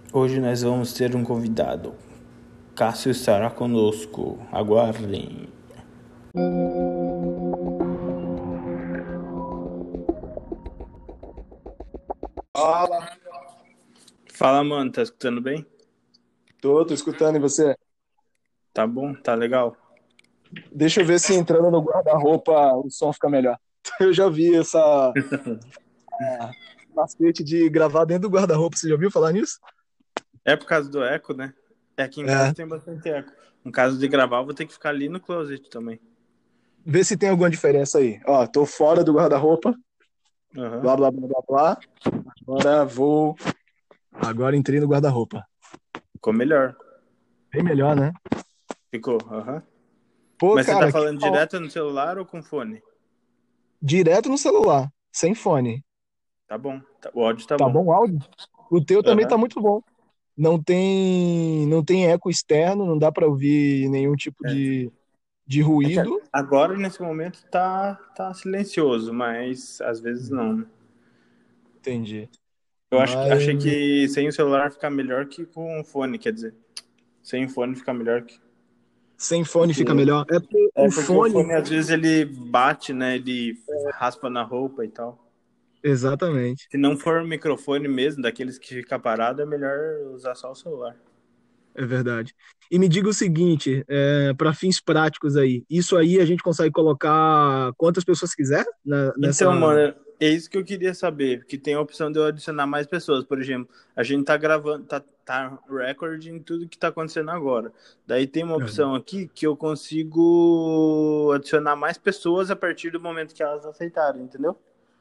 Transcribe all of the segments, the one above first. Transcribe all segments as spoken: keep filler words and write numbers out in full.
Hoje nós vamos ter um convidado. Cássio estará conosco. Aguardem. Fala. Fala, mano. Tá escutando bem? Tô, tô escutando, e você? Tá bom? Tá legal? Deixa eu ver se entrando no guarda-roupa o som fica melhor. Eu já vi essa macete de gravar dentro do guarda-roupa, você já ouviu falar nisso? É por causa do eco, né? É aqui em casa É. tem bastante eco. No caso de gravar, eu vou ter que ficar ali no closet também. Vê se tem alguma diferença aí. Ó, tô fora do guarda-roupa, Aham. blá, blá, blá, blá, blá. Agora vou... Agora entrei no guarda-roupa. Ficou melhor. Bem melhor, né? Ficou, aham. Pô, Mas você tá cara, que... falando direto no celular ou com fone? direto no celular, sem fone. Tá bom. Tá- O áudio tá Tá bom. bom o áudio? O teu também tá Aham. muito bom. Não tem, não tem eco externo, não dá pra ouvir nenhum tipo É. de, de É que ruído. agora, nesse momento, tá, tá silencioso, mas às vezes não, né? Entendi. Eu acho que, Mas achei que sem o celular fica melhor que com o fone, quer dizer. Sem o fone fica melhor que... sem fone fica Porque, melhor. É porque é o porque o fone. fone, às vezes, ele bate, né? Ele raspa na roupa e tal. Exatamente. Se não for microfone mesmo, daqueles que fica parado, é melhor usar só o celular. É verdade. E me diga o seguinte, é, para fins práticos aí, isso aí a gente consegue colocar quantas pessoas quiser na- nessa. Então, mano, é isso que eu queria saber, que tem a opção de eu adicionar mais pessoas. Por exemplo, a gente tá gravando, tá, tá recording tudo que tá acontecendo agora. Daí tem uma opção aqui que eu consigo adicionar mais pessoas a partir do momento que elas aceitarem, entendeu?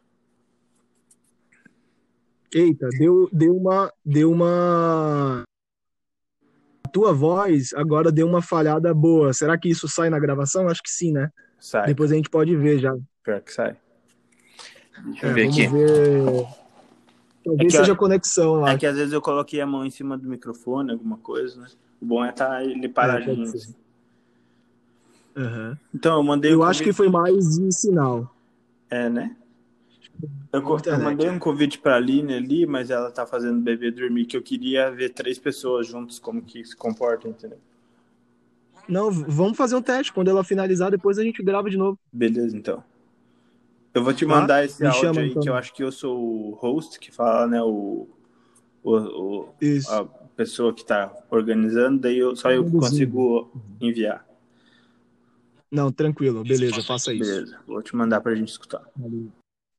Eita, deu, deu uma, deu uma. A tua voz agora deu uma falhada boa. Será que isso sai na gravação? Acho que sim, né? Sai, Depois a gente pode ver já. pior que sai. Deixa eu É, ver aqui. vamos ver. É Talvez que, seja conexão, eu é que acho. às vezes eu coloquei a mão em cima do microfone, alguma coisa, né? O bom é estar ele É, pode paradinho, ser. assim. Aham. Então, eu mandei o Eu acho que convite. foi mais de sinal. É, né? Eu, Boa co- eu mandei internet. um convite pra Aline ali, mas ela tá fazendo o bebê dormir, que eu queria ver três pessoas juntos, como que se comportam, entendeu? Não, v- vamos fazer um teste. Quando ela finalizar, depois a gente grava de novo, Beleza, então. Eu vou te tá? mandar esse Me áudio chama aí, que eu então. acho que eu sou o host, que fala, né, o, o, o- Isso. a pessoa que tá organizando, daí eu, só eu Conduzindo. consigo enviar. Não, tranquilo. Beleza, faça isso. Beleza, vou te mandar pra gente escutar. Valeu.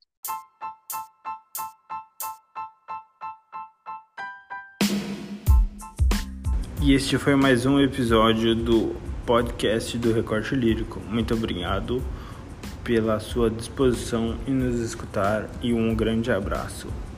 E este foi mais um episódio do podcast do Recorte Lírico. Muito obrigado pela sua disposição em nos escutar e um grande abraço.